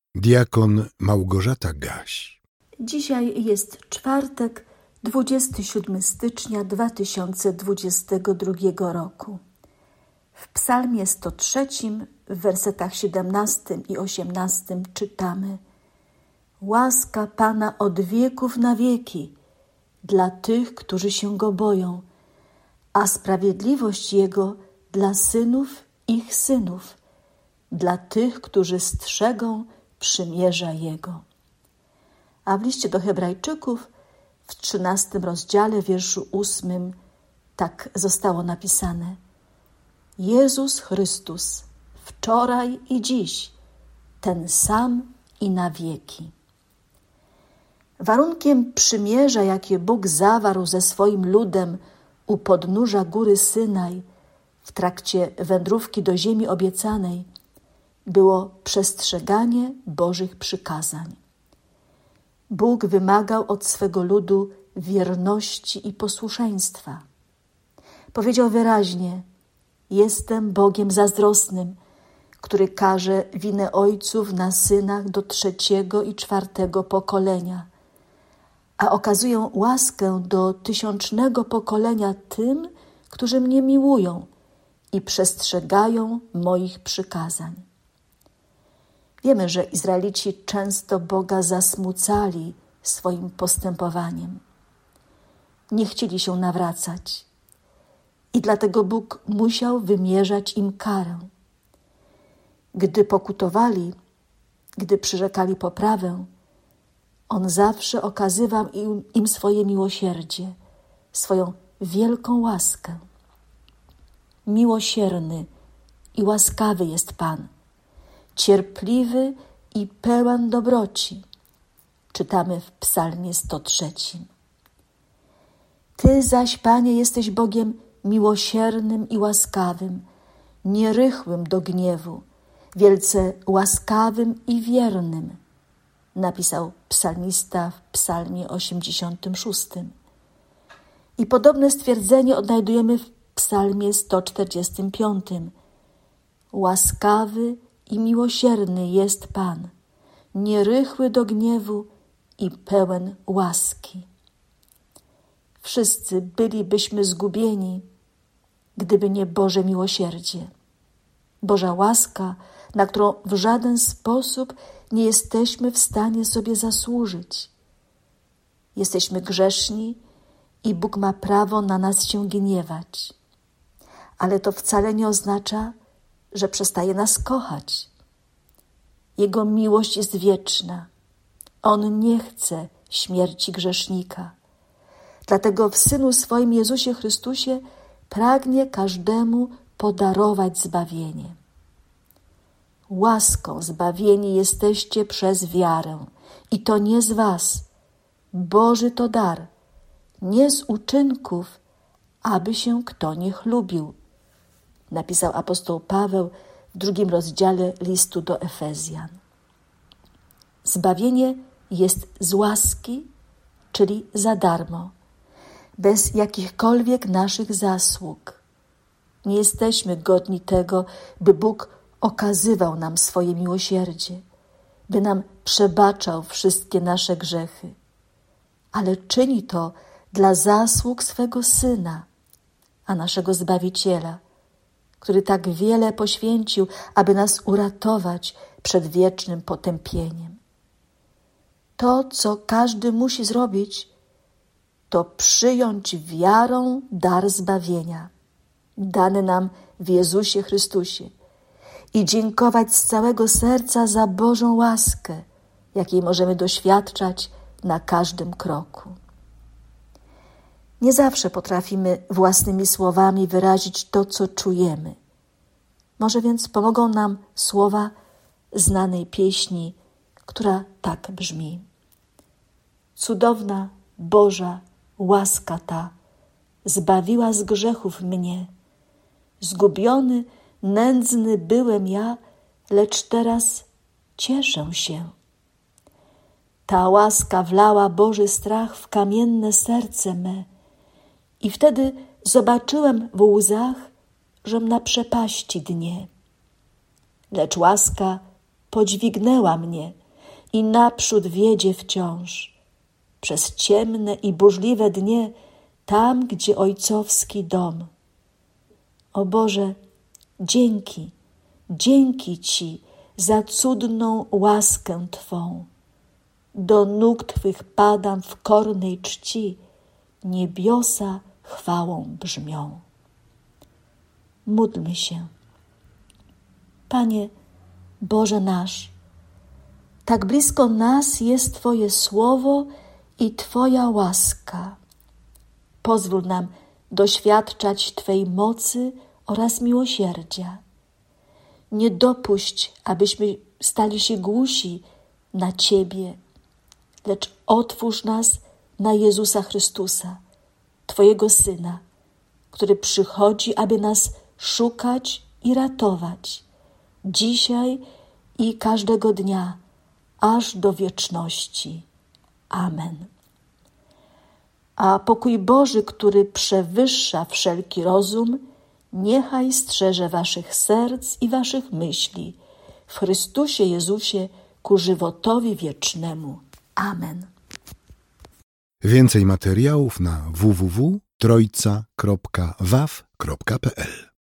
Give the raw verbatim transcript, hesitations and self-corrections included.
Diakon Małgorzata Gaś. Dzisiaj jest czwartek, dwudziestego siódmego stycznia dwa tysiące dwudziestego drugiego roku. W psalmie sto trzecim, w wersetach siedemnastym i osiemnastym czytamy: Łaska Pana od wieków na wieki dla tych, którzy się Go boją, a sprawiedliwość Jego dla synów ich synów, dla tych, którzy strzegą przymierza Jego. A w liście do Hebrajczyków w trzynastym rozdziale, wierszu ósmym tak zostało napisane: Jezus Chrystus, wczoraj i dziś, ten sam i na wieki. Warunkiem przymierza, jakie Bóg zawarł ze swoim ludem u podnóża góry Synaj w trakcie wędrówki do ziemi obiecanej, było przestrzeganie Bożych przykazań. Bóg wymagał od swego ludu wierności i posłuszeństwa. Powiedział wyraźnie: Jestem Bogiem zazdrosnym, który karze winę ojców na synach do trzeciego i czwartego pokolenia, a okazuję łaskę do tysiącznego pokolenia tym, którzy mnie miłują i przestrzegają moich przykazań. Wiemy, że Izraelici często Boga zasmucali swoim postępowaniem. Nie chcieli się nawracać i dlatego Bóg musiał wymierzać im karę. Gdy pokutowali, gdy przyrzekali poprawę, On zawsze okazywał im, im swoje miłosierdzie, swoją wielką łaskę. Miłosierny i łaskawy jest Pan, cierpliwy i pełen dobroci. Czytamy w psalmie sto trzecim. Ty zaś, Panie, jesteś Bogiem miłosiernym i łaskawym, nierychłym do gniewu, wielce łaskawym i wiernym, napisał psalmista w psalmie osiemdziesiątym szóstym. I podobne stwierdzenie odnajdujemy w psalmie sto czterdziestym piątym. Łaskawy i miłosierny jest Pan, nierychły do gniewu i pełen łaski. Wszyscy bylibyśmy zgubieni, gdyby nie Boże miłosierdzie. Boża łaska, na którą w żaden sposób nie jesteśmy w stanie sobie zasłużyć. Jesteśmy grzeszni i Bóg ma prawo na nas się gniewać. Ale to wcale nie oznacza, że przestaje nas kochać. Jego miłość jest wieczna. On nie chce śmierci grzesznika. Dlatego w Synu swoim Jezusie Chrystusie pragnie każdemu podarować zbawienie. Łaską zbawieni jesteście przez wiarę, i to nie z was. Boży to dar, nie z uczynków, aby się kto nie chlubił, napisał apostoł Paweł w drugim rozdziale listu do Efezjan. Zbawienie jest z łaski, czyli za darmo, bez jakichkolwiek naszych zasług. Nie jesteśmy godni tego, by Bóg okazywał nam swoje miłosierdzie, by nam przebaczał wszystkie nasze grzechy, ale czyni to dla zasług swego Syna, a naszego Zbawiciela, który tak wiele poświęcił, aby nas uratować przed wiecznym potępieniem. To, co każdy musi zrobić, to przyjąć wiarą dar zbawienia, dany nam w Jezusie Chrystusie, i dziękować z całego serca za Bożą łaskę, jakiej możemy doświadczać na każdym kroku. Nie zawsze potrafimy własnymi słowami wyrazić to, co czujemy. Może więc pomogą nam słowa znanej pieśni, która tak brzmi: Cudowna Boża łaska ta zbawiła z grzechów mnie. Zgubiony, nędzny byłem ja, lecz teraz cieszę się. Ta łaska wlała Boży strach w kamienne serce me i wtedy zobaczyłem w łzach, żem na przepaści dnie. Lecz łaska podźwignęła mnie i naprzód wiedzie wciąż, przez ciemne i burzliwe dnie, tam, gdzie ojcowski dom. O Boże, dzięki, dzięki Ci za cudną łaskę Twą. Do nóg Twych padam w kornej czci, niebiosa chwałą brzmią. Módlmy się. Panie Boże nasz, tak blisko nas jest Twoje słowo i Twoja łaska. Pozwól nam doświadczać Twej mocy oraz miłosierdzia. Nie dopuść, abyśmy stali się głusi na Ciebie, lecz otwórz nas na Jezusa Chrystusa, Twojego Syna, który przychodzi, aby nas szukać i ratować, dzisiaj i każdego dnia, aż do wieczności. Amen. A pokój Boży, który przewyższa wszelki rozum, niechaj strzeże waszych serc i waszych myśli w Chrystusie Jezusie ku żywotowi wiecznemu. Amen. Więcej materiałów na w w w kropka trojca kropka w a w kropka p l